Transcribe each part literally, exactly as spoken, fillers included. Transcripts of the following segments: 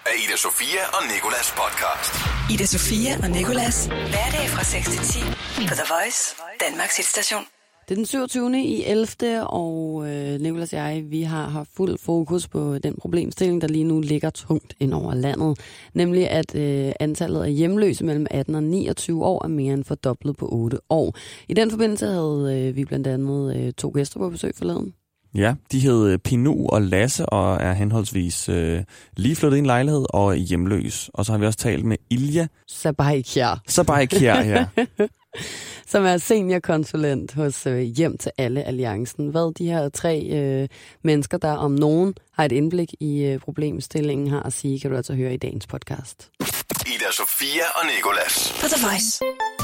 af Ida Sofia og Nicolas podcast. Ida Sofia og Nicolas. Hverdag fra seks til ti på The Voice, Danmarks hitstation. Det er den syvogtyvende i ellevte og øh, Nicolas og jeg, vi har haft fuld fokus på den problemstilling, der lige nu ligger tungt ind over landet. Nemlig at øh, antallet af hjemløse mellem atten og niogtyve år er mere end fordoblet på otte år. I den forbindelse havde øh, vi blandt andet øh, to gæster på besøg forleden. Ja, de hed Pinu og Lasse og er henholdsvis øh, lige flyttet i en lejlighed og hjemløs. Og så har vi også talt med Ilja Sabaikiar. Sabaikiar, ja. Som er seniorkonsulent hos øh, Hjem til Alle Alliancen. Hvad de her tre øh, mennesker, der om nogen har et indblik i øh, problemstillingen, har at sige, kan du altså høre i dagens podcast. Ida Sofia og Nicolas. På The Voice.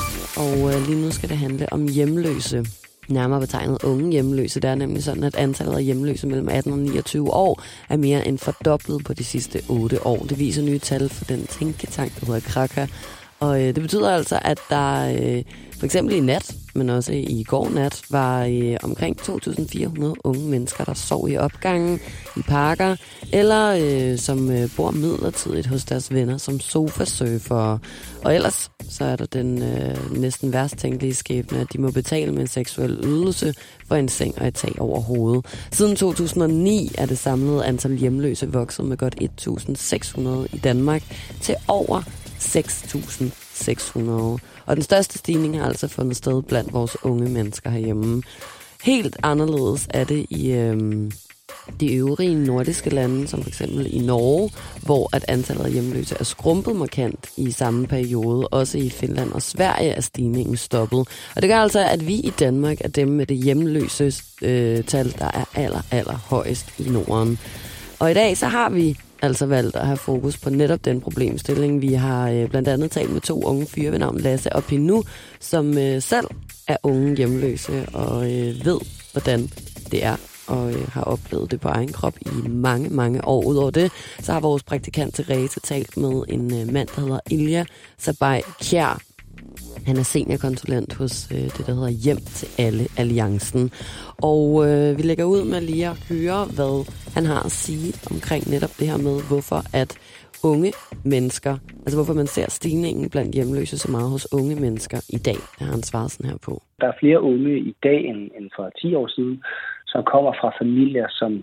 Og øh, lige nu skal det handle om hjemløse. Nærmere betegnet unge hjemløse. Det er nemlig sådan, at antallet af hjemløse mellem atten og niogtyve år er mere end fordoblet på de sidste otte år. Det viser nye tal for den tænketank, der hedder Kraka. Og øh, det betyder altså, at der øh, for eksempel i nat, men også i går nat, var øh, omkring to tusind fire hundrede unge mennesker, der sov i opgangen, i parker, eller øh, som øh, bor midlertidigt hos deres venner som sofasurfere. Og ellers så er der den øh, næsten værst tænkelige skæbne, at de må betale med en seksuel ydelse for en seng og et tag over hovedet. Siden to tusind og ni er det samlede antal hjemløse vokset med godt et tusind seks hundrede i Danmark til over seks tusind seks hundrede. Og den største stigning har altså fundet sted blandt vores unge mennesker herhjemme. Helt anderledes er det i øhm, de øvrige nordiske lande, som for eksempel i Norge, hvor at antallet af hjemløse er skrumpet markant i samme periode. Også i Finland og Sverige er stigningen stoppet. Og det gør altså, at vi i Danmark er dem med det hjemløse øh, tal, der er aller, aller højst i Norden. Og i dag så har vi altså valgt at have fokus på netop den problemstilling. Vi har øh, blandt andet talt med to unge fyre ved navn Lasse og Pinu, som øh, selv er unge hjemløse og øh, ved, hvordan det er, og øh, har oplevet det på egen krop i mange, mange år. Udover det, så har vores praktikant Therese talt med en øh, mand, der hedder Ilja Sabaikiar. Han er seniorkonsulent hos øh, det, der hedder Hjem til Alle Alliancen. Og øh, vi lægger ud med lige at høre, hvad han har at sige omkring netop det her med, hvorfor at unge mennesker, altså hvorfor man ser stigningen blandt hjemløse så meget hos unge mennesker i dag, har han svaret sådan her på. Der er flere unge i dag end, end for ti år siden, som kommer fra familier, som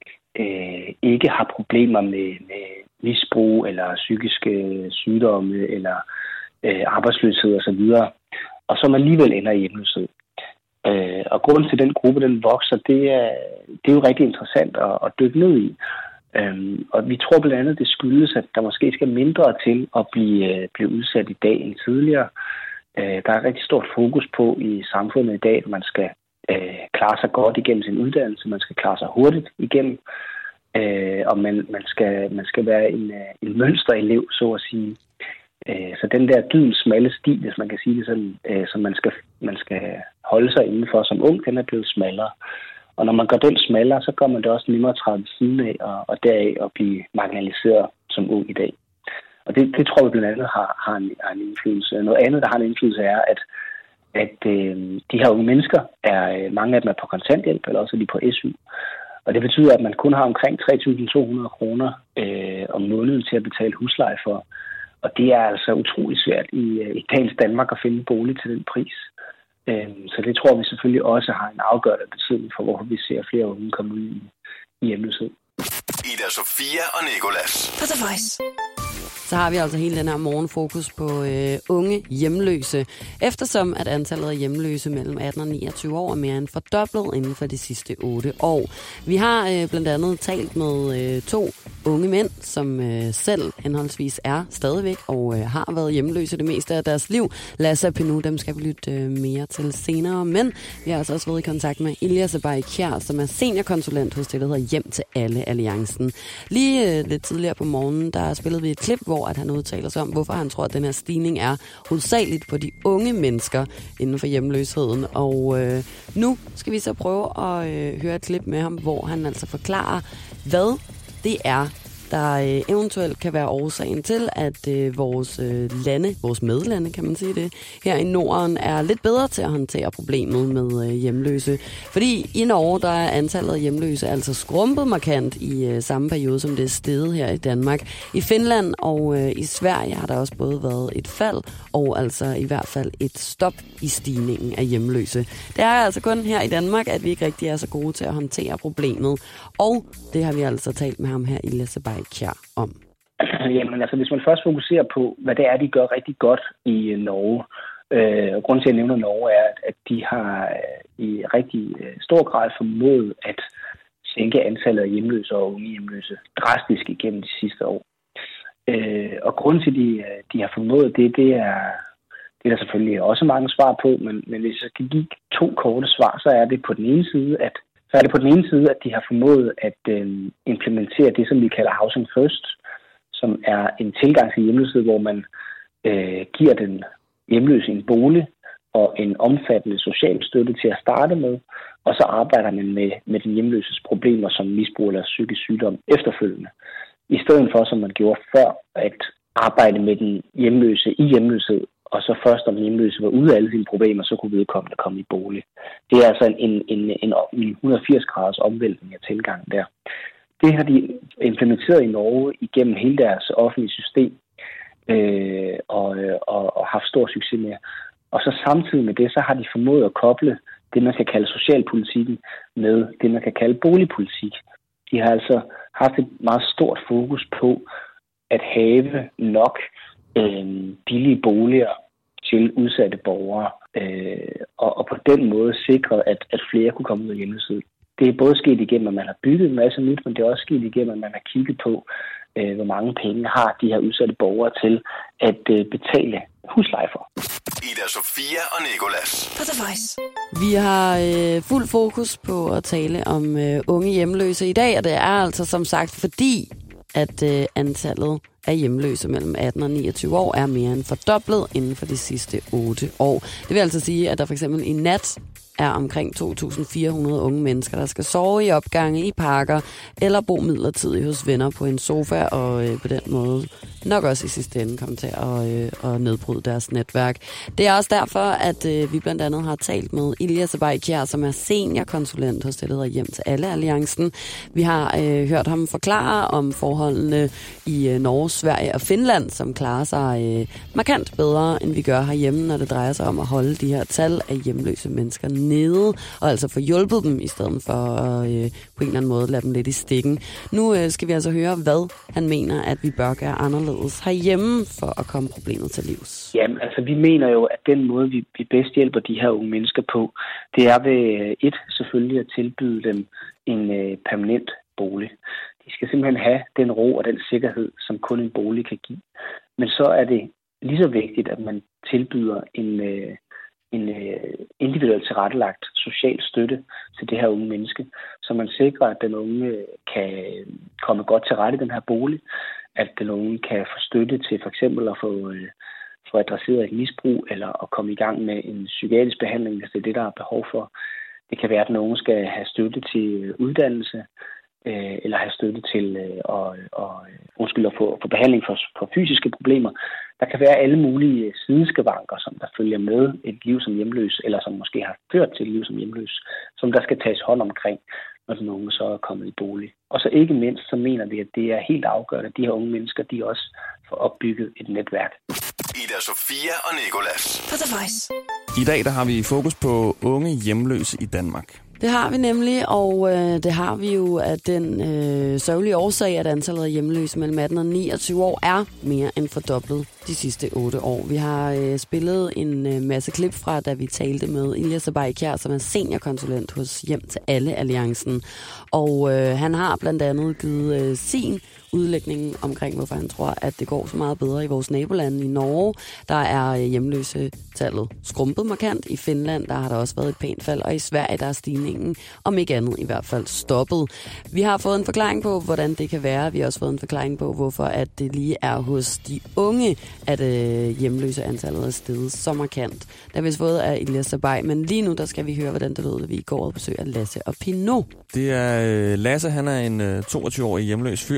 øh, ikke har problemer med, med misbrug eller psykiske sygdomme eller øh, arbejdsløshed osv., og som alligevel ender i hjemløshed. Øh, og grunden til, at den gruppe den vokser, det er, det er jo rigtig interessant at, at dykke ned i. Øh, og vi tror blandt andet, det skyldes, at der måske skal mindre til at blive, blive udsat i dag end tidligere. Øh, der er rigtig stort fokus på i samfundet i dag, at man skal øh, klare sig godt igennem sin uddannelse, man skal klare sig hurtigt igennem, øh, og man, man, skal, man skal være en, en mønsterelev, så at sige. Så den der dydens smalle sti, hvis man kan sige det sådan, som man skal, man skal holde sig indenfor som ung, den er blevet smallere. Og når man gør den smallere, så gør man det også nemmere at træde ved siden af, og, og deraf at blive marginaliseret som ung i dag. Og det, det tror vi blandt andet har, har, en, har en indflydelse. Noget andet, der har en indflydelse, er, at, at øh, de her unge mennesker, er mange af dem er på kontanthjælp, eller også er de på S U. Og det betyder, at man kun har omkring tre tusind to hundrede kroner øh, om måneden til at betale husleje for. Og det er altså utrolig svært i, i dagens Danmark at finde en bolig til den pris. Øhm, så det tror vi selvfølgelig også har en afgørende betydning for, hvorfor vi ser flere unge komme ud i, i hjemløshed. Ida Sofia og Nicolas. På The Voice. Så har vi altså hele den her morgenfokus på øh, unge hjemløse, eftersom at antallet af hjemløse mellem atten og niogtyve år er mere end fordoblet inden for de sidste otte år. Vi har øh, blandt andet talt med øh, to unge mænd, som øh, selv henholdsvis er stadigvæk og øh, har været hjemløse det meste af deres liv. Lasse og Pinu, dem skal vi lytte øh, mere til senere, men vi har altså også været i kontakt med Ilja Sabaikiar, som er seniorkonsulent hos det, der hedder Hjem til Alle Alliancen. Lige øh, lidt tidligere på morgenen, der spillede vi et klip, hvor at han udtaler sig om, hvorfor han tror, at den her stigning er hovedsageligt på de unge mennesker inden for hjemløsheden. Og øh, nu skal vi så prøve at øh, høre et klip med ham, hvor han altså forklarer, hvad det er der øh, eventuelt kan være årsagen til, at øh, vores øh, lande, vores medlande, kan man sige det, her i Norden er lidt bedre til at håndtere problemet med øh, hjemløse. Fordi i Norge, der er antallet af hjemløse altså skrumpet markant i øh, samme periode, som det er steget her i Danmark. I Finland og øh, i Sverige har der også både været et fald, og altså i hvert fald et stop i stigningen af hjemløse. Det er altså kun her i Danmark, at vi ikke rigtig er så gode til at håndtere problemet. Og det har vi altså talt med ham her i Læsebejkjær om. Jamen altså, hvis man først fokuserer på, hvad det er, de gør rigtig godt i Norge. Øh, grunden til, at jeg nævner Norge, er, at de har øh, i rigtig øh, stor grad formået at sænke antallet af hjemløse og unge hjemløse drastisk igennem de sidste år. Øh, og grunden til, at de, de har formået det, det er, det er der selvfølgelig også mange svar på, men, men hvis jeg skal give to korte svar, så er det på den ene side, at så er det på den ene side, at de har formået at øh, implementere det, som vi kalder Housing First, som er en tilgang til hjemløshed, hvor man øh, giver den hjemløse en bolig og en omfattende social støtte til at starte med, og så arbejder man med, med den hjemløses problemer som misbrug eller psykisk sygdom efterfølgende. I stedet for, som man gjorde før, at arbejde med den hjemløse i hjemløshed, og så først, om den hjemløse var ude af alle sine problemer, så kunne vedkommende komme i bolig. Det er altså en, en, en, en et hundrede og firs graders omvæltning af tilgangen der. Det har de implementeret i Norge igennem hele deres offentlige system, øh, og, og, og haft stor succes med. Og så samtidig med det, så har de formået at koble det, man kan kalde socialpolitikken, med det, man kan kalde boligpolitik. De har altså haft et meget stort fokus på at have nok øh, billige boliger til udsatte borgere, øh, og, og på den måde sikret, at, at flere kunne komme ud af hjemløshed. Det er både sket igennem, at man har bygget en masse nyt, men det er også sket igennem, at man har kigget på, øh, hvor mange penge har de her udsatte borgere til at øh, betale husleje for. Ida Sofia og Nicolas. På The Voice. Vi har øh, fuld fokus på at tale om øh, unge hjemløse i dag, og det er altså som sagt fordi, at øh, antallet af hjemløse mellem atten og niogtyve år er mere end fordoblet inden for de sidste otte år. Det vil altså sige, at der for eksempel i nat er omkring to tusind fire hundrede unge mennesker, der skal sove i opgange, i parker eller bo midlertidigt hos venner på en sofa, og øh, på den måde nok også i sidste ende komme til at, øh, at nedbryde deres netværk. Det er også derfor, at øh, vi blandt andet har talt med Ilja Læsebejkjær, som er seniorkonsulent hos det, der hedder Hjem til Alle Alliancen. Vi har øh, hørt ham forklare om forholdene i øh, Norge, Sverige og Finland, som klarer sig øh, markant bedre, end vi gør herhjemme, når det drejer sig om at holde de her tal af hjemløse mennesker nede, og altså få hjulpet dem, i stedet for at øh, på en eller anden måde lade dem lidt i stikken. Nu øh, skal vi altså høre, hvad han mener, at vi bør gøre anderledes herhjemme for at komme problemet til livs. Jamen, altså vi mener jo, at den måde, vi, vi bedst hjælper de her unge mennesker på, det er ved et, selvfølgelig at tilbyde dem en øh, permanent bolig. De skal simpelthen have den ro og den sikkerhed, som kun en bolig kan give. Men så er det lige så vigtigt, at man tilbyder en øh, en individuelt tilrettelagt social støtte til det her unge menneske, så man sikrer, at den unge kan komme godt til rette i den her bolig, at den unge kan få støtte til for eksempel at få, få adresseret et misbrug, eller at komme i gang med en psykiatrisk behandling, hvis det er det, der er behov for. Det kan være, at den unge skal have støtte til uddannelse, eller have støtte til at, at, undskyld, at få, få behandling for, for fysiske problemer. Der kan være alle mulige sideskavanker, som der følger med et liv som hjemløs, eller som måske har ført til et liv som hjemløs, som der skal tages hånd omkring, når den unge så er kommet i bolig. Og så ikke mindst, så mener vi, at det er helt afgørende, at de her unge mennesker, de også får opbygget et netværk. Ida Sofia og Nicolas. På The Voice. I dag der har vi fokus på unge hjemløse i Danmark. Det har vi nemlig, og øh, det har vi jo af den øh, sørgelige årsag, at antallet af hjemløse mellem atten og niogtyve år er mere end fordoblet de sidste otte år. Vi har øh, spillet en øh, masse klip fra, da vi talte med Ilja Læsebejkjær, som er seniorkonsulent hos Hjem til Alle Alliancen. Og øh, han har blandt andet givet øh, sin udlægning omkring, hvorfor han tror, at det går så meget bedre i vores nabolande. I Norge, der er hjemløse tallet skrumpet markant. I Finland, der har der også været et pænt fald. Og i Sverige, der er stigningen, om ikke andet i hvert fald, stoppet. Vi har fået en forklaring på, hvordan det kan være. Vi har også fået en forklaring på, hvorfor at det lige er hos de unge, at øh, hjemløse antallet er steget så markant. Det har vi fået af Ilja Læsebej, men lige nu, der skal vi høre, hvordan det lød, at vi går og besøger Lasse og Pinot. Det er øh, Lasse, han er en øh, toogtyve-årig hjemløs fyr, og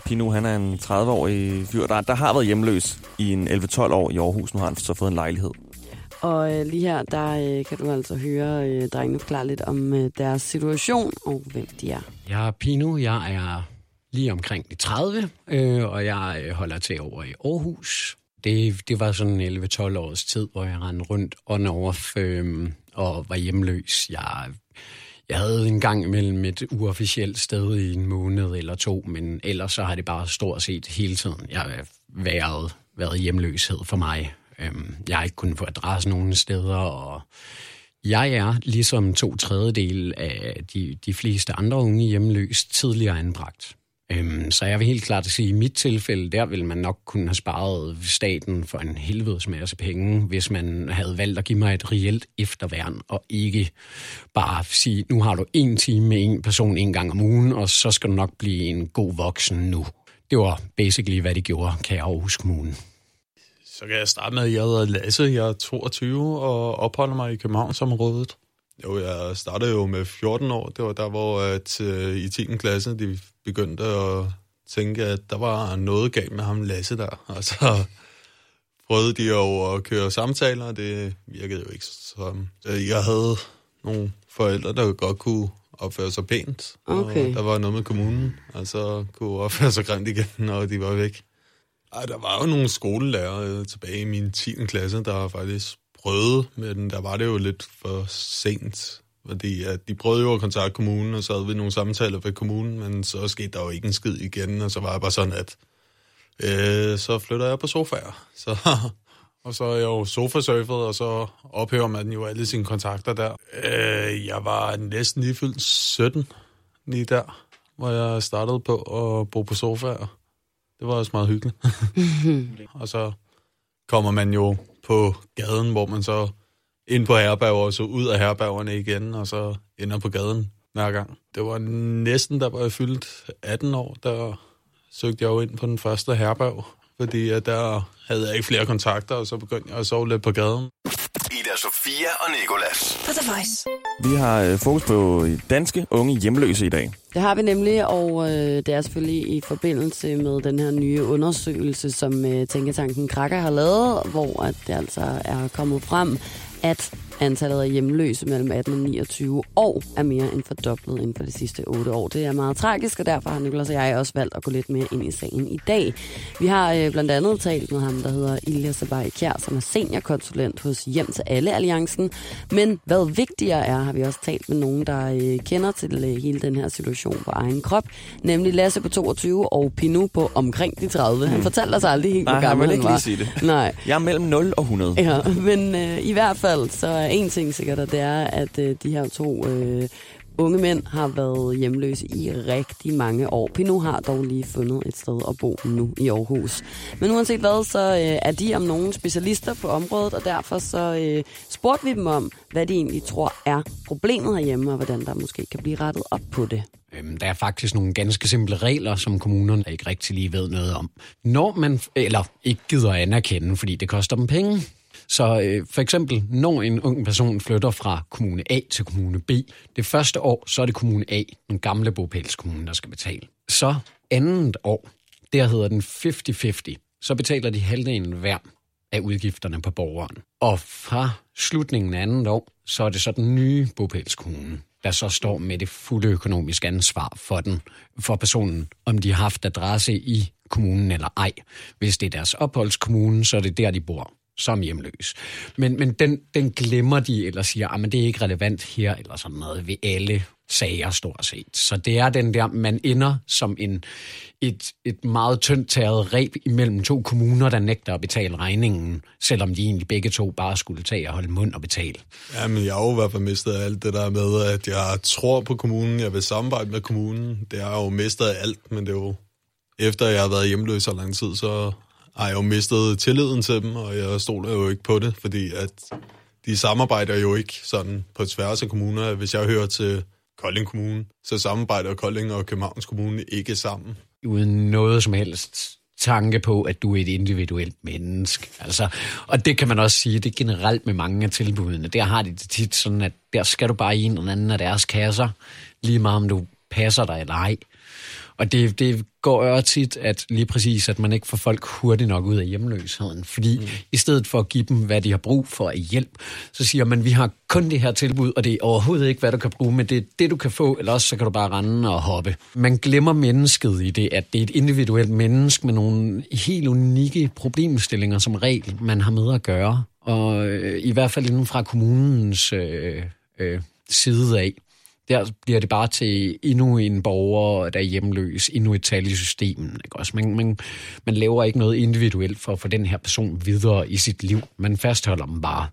Pino, han er en tredive-årig fyr, der, der har været hjemløs i en elleve tolv år i Aarhus. Nu har han så fået en lejlighed. Og øh, lige her, der øh, kan du altså høre øh, drengene forklare lidt om øh, deres situation og hvem de er. Jeg er Pino, jeg er lige omkring de tredive, øh, og jeg øh, holder til over i Aarhus. Det, det var sådan elleve tolv års tid, hvor jeg rendte rundt on off øh, og var hjemløs. Jeg, jeg havde en gang imellem et uofficielt sted i en måned eller to, men ellers så har det bare stort set hele tiden jeg har været, været hjemløshed for mig. Øh, jeg har ikke kunnet få adresse nogen steder, og jeg er ligesom to tredjedel af de, de fleste andre unge hjemløs tidligere anbragt. Øhm, så jeg vil helt klart sige, at i mit tilfælde, der vil man nok kunne have sparet staten for en helvedes masse penge, hvis man havde valgt at give mig et reelt efterværn, og ikke bare sige, nu har du en time med en person en gang om ugen, og så skal du nok blive en god voksen nu. Det var basically, hvad de gjorde, kan jeg Aarhus Kommune. Så kan jeg starte med, at jeg hedder Lasse, jeg er toogtyve og opholder mig i Københavnsområdet. Jo, jeg startede jo med fjorten år. Det var der, hvor at, uh, i tiende klasse de begyndte at tænke, at der var noget galt med ham Lasse der. Og så prøvede de jo at køre samtaler, og det virkede jo ikke. Så uh, jeg havde nogle forældre, der godt kunne opføre sig pænt. Okay. Og der var noget med kommunen, og så kunne opføre sig grimt igen, når de var væk. Ej, der var jo nogle skolelærer uh, tilbage i min tiende klasse, der faktisk prøvede, men der var det jo lidt for sent, fordi at de prøvede jo at kontakte kommunen, og så havde vi nogle samtaler ved kommunen, men så skete der jo ikke en skid igen, og så var jeg bare sådan, at øh, så flytter jeg på sofaer. Så, og så er jeg jo sofasurfet, og så ophører man jo alle sine kontakter der. Øh, jeg var næsten lige fyldt sytten lige der, hvor jeg startede på at bo på sofaer. Det var også meget hyggeligt. Og så kommer man jo på gaden, hvor man så ind på herberger, og så ud af herbergerne igen, og så ender på gaden hver gang. Det var næsten, der var jeg fyldt atten år, der søgte jeg jo ind på den første herberg, fordi at der havde jeg ikke flere kontakter, og så begyndte jeg at sove lidt på gaden. Ida Sofia og Nicolas. På The Voice. Vi har fokus på danske unge hjemløse i dag. Det har vi nemlig, og øh, det er selvfølgelig i forbindelse med den her nye undersøgelse, som øh, Tænketanken Kraka har lavet, hvor at det altså er kommet frem, at antallet af hjemløse mellem atten og niogtyve år er mere end fordoblet inden for de sidste otte år. Det er meget tragisk, og derfor har Nicolas og jeg også valgt at gå lidt mere ind i sagen i dag. Vi har øh, blandt andet talt med ham, der hedder Ilja Sabai Kjær, som er seniorkonsulent hos Hjem til Alle Alliancen. Men hvad vigtigere er, har vi også talt med nogen, der øh, kender til øh, hele den her situation på egen krop, nemlig Lasse på toogtyve og Pino på omkring de tredive. Han fortalte os aldrig helt, hvor gammel han var. Nej, jeg vil ikke lige sige det. Nej. Jeg er mellem nul og hundrede. Ja, men øh, i hvert fald så er en ting sikkert, og det er, at øh, de her to øh, unge mænd har været hjemløse i rigtig mange år. Pino har dog lige fundet et sted at bo nu i Aarhus. Men uanset hvad, så øh, er de om nogen specialister på området, og derfor så øh, spurgte vi dem om, hvad de egentlig tror er problemet herhjemme, og hvordan der måske kan blive rettet op på det. Der er faktisk nogle ganske simple regler, som kommunerne ikke rigtig lige ved noget om. Når man, eller ikke gider anerkende, fordi det koster dem penge. Så øh, for eksempel, når en ung person flytter fra kommune A til kommune B, det første år, så er det kommune A, den gamle bopælskommune, der skal betale. Så andet år, der hedder den halvtreds halvtreds, så betaler de halvdelen hver af udgifterne på borgeren. Og fra slutningen af andet år, så er det så den nye bopælskommune, der så står med det fulde økonomiske ansvar for den, for personen, om de har haft adresse i kommunen eller ej. Hvis det er deres opholdskommune, så er det der, de bor som hjemløs. Men, men den, den glemmer de, eller siger, at det er ikke relevant her, eller sådan noget, ved alle sager stort set. Så det er den der, man ender som en, et, et meget tyndt taget reb imellem to kommuner, der nægter at betale regningen, selvom de egentlig begge to bare skulle tage og holde mund og betale. Jamen, jeg har jo i hvert fald mistet alt det der med, at jeg tror på kommunen, jeg vil samarbejde med kommunen. Det har jo mistet alt, men det er jo, efter jeg har været hjemløs så lang tid, så har jeg jo mistet tilliden til dem, og jeg stoler jo ikke på det, fordi at de samarbejder jo ikke sådan på tværs af kommuner. Hvis jeg hører til Kolding Kommune, så samarbejder Kolding og Københavns Kommune ikke sammen. Uden noget som helst tanke på, at du er et individuelt menneske. Altså, og det kan man også sige, det er generelt med mange af tilbudene. Der har de det tit sådan, at der skal du bare i en eller anden af deres kasser, lige meget om du passer dig eller ej. Og det, det går jo tit, at lige præcis, at man ikke får folk hurtigt nok ud af hjemløsheden. Fordi mm. i stedet for at give dem, hvad de har brug for af hjælp, så siger man, vi har kun det her tilbud, og det er overhovedet ikke, hvad du kan bruge, men det er det, du kan få, eller også så kan du bare rende og hoppe. Man glemmer mennesket i det, at det er et individuelt menneske med nogle helt unikke problemstillinger som regel, man har med at gøre. Og øh, i hvert fald inden fra kommunens øh, øh, side af, der bliver det bare til endnu en borger, der er hjemløs, endnu et tal i systemet. Ikke? Også man, man, man laver ikke noget individuelt for at få den her person videre i sit liv. Man fastholder dem bare.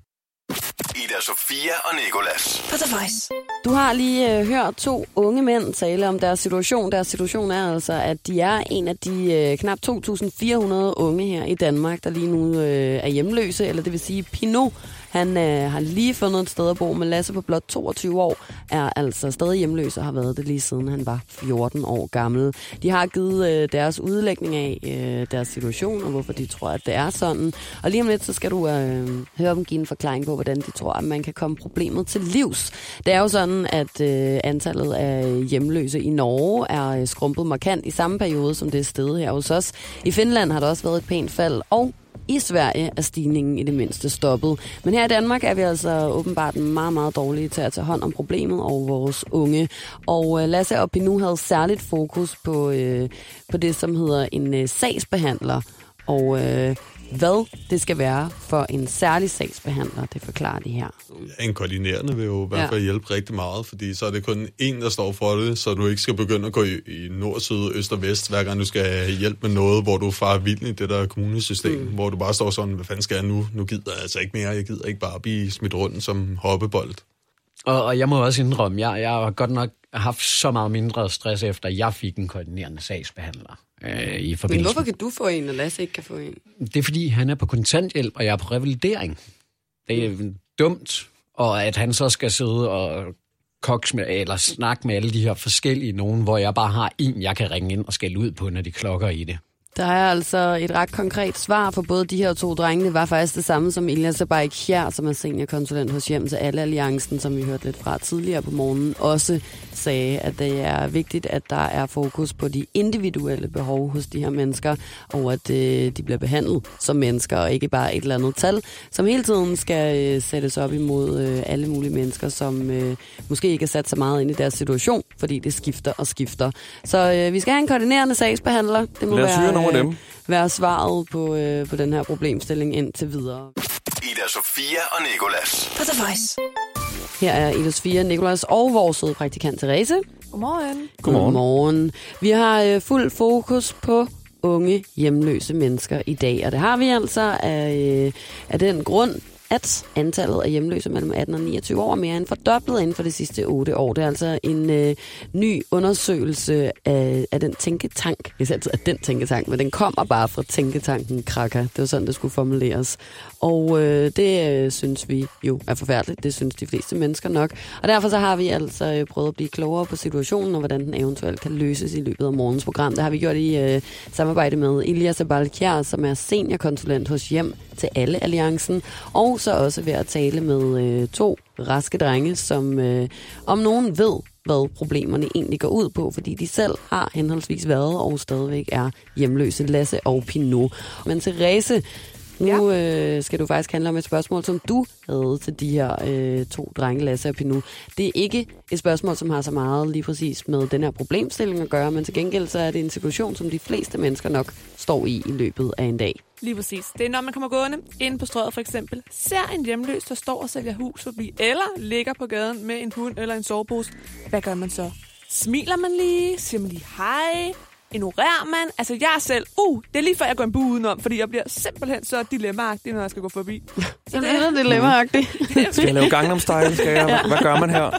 Ida Sofia og Nicolas. På The Voice. Du har lige øh, hørt to unge mænd tale om deres situation. Deres situation er altså, at de er en af de øh, knap to tusind fire hundrede unge her i Danmark, der lige nu øh, er hjemløse, eller det vil sige Pinot. Han øh, har lige fundet et sted at bo, men Lasse på blot toogtyve år er altså stadig hjemløs og har været det lige siden han var fjorten år gammel. De har givet øh, deres udlægning af øh, deres situation, og hvorfor de tror, at det er sådan. Og lige om lidt, så skal du øh, høre dem give en forklaring på, hvordan de tror, at man kan komme problemet til livs. Det er jo sådan, at øh, antallet af hjemløse i Norge er skrumpet markant i samme periode, som det er steget her hos os. I Finland har der også været et pænt fald, og i Sverige er stigningen i det mindste stoppet. Men her i Danmark er vi altså åbenbart meget, meget dårlige til at tage hånd om problemet over vores unge. Og Lasse og Pinu havde særligt fokus på, øh, på det, som hedder en øh, sagsbehandler. Og øh, hvad det skal være for en særlig sagsbehandler, det forklarer de her. Ja, en koordinerende vil jo i hvert fald ja. hjælpe rigtig meget, fordi så er det kun en, der står for det, så du ikke skal begynde at gå i, i nord, syd, øst og vest, hver gang du skal have hjælp med noget, hvor du farer vildt i det der kommunesystem, mm. hvor du bare står sådan, hvad fanden skal jeg nu? Nu gider jeg altså ikke mere, jeg gider ikke bare blive smidt rundt som hoppebold. Og, og jeg må også indrømme, jeg, jeg har godt nok haft så meget mindre stress efter, at jeg fik en koordinerende sagsbehandler. Øh, i Men hvorfor kan du få en, og Lasse ikke kan få en? Det er, fordi han er på kontanthjælp, og jeg er på revalidering. Det er dumt, og at han så skal sidde og koks med, eller snakke med alle de her forskellige nogen, hvor jeg bare har en, jeg kan ringe ind og skælde ud på, når de klokker i det. Der er altså et ret konkret svar for både de her to drenge. Det var faktisk det samme som Ilja Sabaik-Kjær, som er seniorkonsulent hos Hjem til Alle Alliancen, som vi hørte lidt fra tidligere på morgenen, også sagde, at det er vigtigt, at der er fokus på de individuelle behov hos de her mennesker, og at øh, de bliver behandlet som mennesker, og ikke bare et eller andet tal, som hele tiden skal øh, sættes op imod øh, alle mulige mennesker, som øh, måske ikke er sat så meget ind i deres situation, fordi det skifter og skifter. Så øh, vi skal have en koordinerende sagsbehandler. Det må være nogle af dem. være svaret på, øh, på den her problemstilling indtil videre. Ida Sofia og Nicolas. På The Voice. Her er Ida Sofia, Nicolas og vores søde praktikant Therese. Godmorgen. Godmorgen. Godmorgen. Vi har øh, fuld fokus på unge hjemløse mennesker i dag, og det har vi altså af, øh, af den grund, at antallet af hjemløse mellem atten og niogtyve år er mere end fordoblet inden for de sidste otte år. Det er altså en øh, ny undersøgelse af, af den tænketank. Jeg siger altid, at den tænketank, men den kommer bare fra tænketanken Kraka. Det var sådan, det skulle formuleres. Og øh, det øh, synes vi jo er forfærdeligt. Det synes de fleste mennesker nok. Og derfor så har vi altså øh, prøvet at blive klogere på situationen, og hvordan den eventuelt kan løses i løbet af morgens program. Det har vi gjort i øh, samarbejde med Ilja Sabaik-Kjær, som er seniorkonsulent hos Hjem til Alle Alliancen, og så også ved at tale med øh, to raske drenge, som øh, om nogen ved, hvad problemerne egentlig går ud på, fordi de selv har henholdsvis været og stadigvæk er hjemløse, Lasse og Pinot. Men Therese, nu ja. øh, skal du faktisk handle om et spørgsmål, som du havde til de her øh, to drenge, Lasse og Pinot. Det er ikke et spørgsmål, som har så meget lige præcis med den her problemstilling at gøre, men til gengæld så er det en situation, som de fleste mennesker nok står i i løbet af en dag. Lige præcis. Det er, når man kommer gående ind på strøget for eksempel, ser en hjemløs, der står og sælger hus forbi, eller ligger på gaden med en hund eller en sovepose. Hvad gør man så? Smiler man lige? Siger man lige hej? Ignorerer man? Altså jeg selv, uh, det er lige før jeg går en bue udenom, fordi jeg bliver simpelthen så dilemma-agtig, når jeg skal gå forbi. Så det er dilemma-agtigt. Skal jeg lave Gangnam Style? Skal jeg? Hvad gør man her?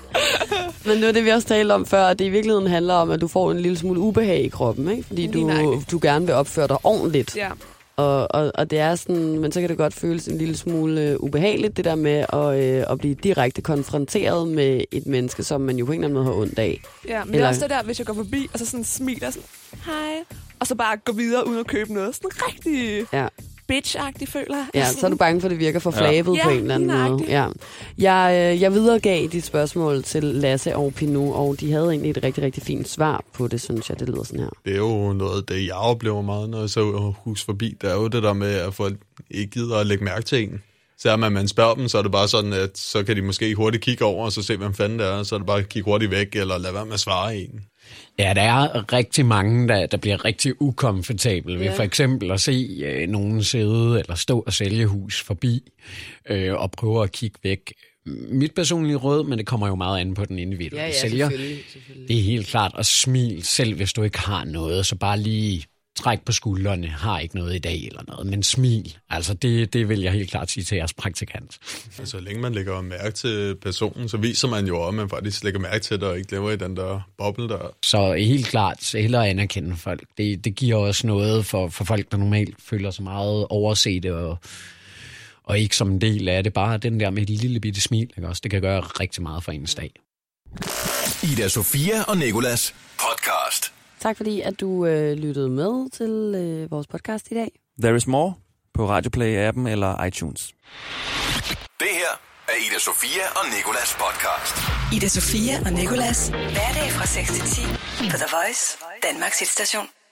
Men nu er det, vi også talte om før, at det i virkeligheden handler om, at du får en lille smule ubehag i kroppen, ikke? Fordi du, du gerne vil opføre dig ordentligt. Ja. Og, og, og det er sådan, men så kan det godt føles en lille smule øh, ubehageligt, det der med at, øh, at blive direkte konfronteret med et menneske, som man jo på en eller anden måde har ondt af. Ja, men Eller... det er også det der, hvis jeg går forbi, og så sådan smiler sådan, hej, og så bare gå videre uden at købe noget. Sådan rigtig ja. bitch-agtig, føler jeg. Ja, så er du bange for, at det virker for flabet Ja. på en eller anden Ja, måde. Ja. Jeg, øh, jeg videregav dit spørgsmål til Lasse og Pinot, og de havde egentlig et rigtig, rigtig fint svar på det, synes jeg. Det lyder sådan her. Det er jo noget, det jeg oplever meget, når jeg så hus forbi. Det er jo det der med, at folk ikke gider at lægge mærke til en. Så er man, man spørger dem, så er det bare sådan, at så kan de måske hurtigt kigge over, og så se, hvem fanden det er. Så er det bare at kigge hurtigt væk, eller lade være med at svare en. Ja, der er rigtig mange, der, der bliver rigtig ukomfortable ved Ja. for eksempel at se øh, nogen sidde eller stå og sælge hus forbi øh, og prøve at kigge væk. Mit personlige råd, men det kommer jo meget an på den individuelle Ja, ja, sælger. selvfølgelig, selvfølgelig. Det er helt klart at smil, selv hvis du ikke har noget, så bare lige træk på skuldrene, har ikke noget i dag eller noget, men smil. Altså det, det vil jeg helt klart sige til jeres praktikant. Altså, så længe man lægger mærke til personen, så viser man jo, at man faktisk lægger mærke til det, og ikke lever i den der boble der. Så helt klart, så hellere anerkende folk. Det, det giver også noget for, for folk, der normalt føler sig meget oversete og, og ikke som en del af det. Bare den der med et lille bitte smil, ikke også? Det kan gøre rigtig meget for ens dag. Ida Sofia og Nicolas podcast. Tak fordi, at du øh, lyttede med til øh, vores podcast i dag. There is more på Radioplay-appen eller iTunes. Det her er Ida Sofia og Nicolas podcast. Ida Sofia og Nicolas. Hverdag fra seks til ti på The Voice, Danmarks hitstation.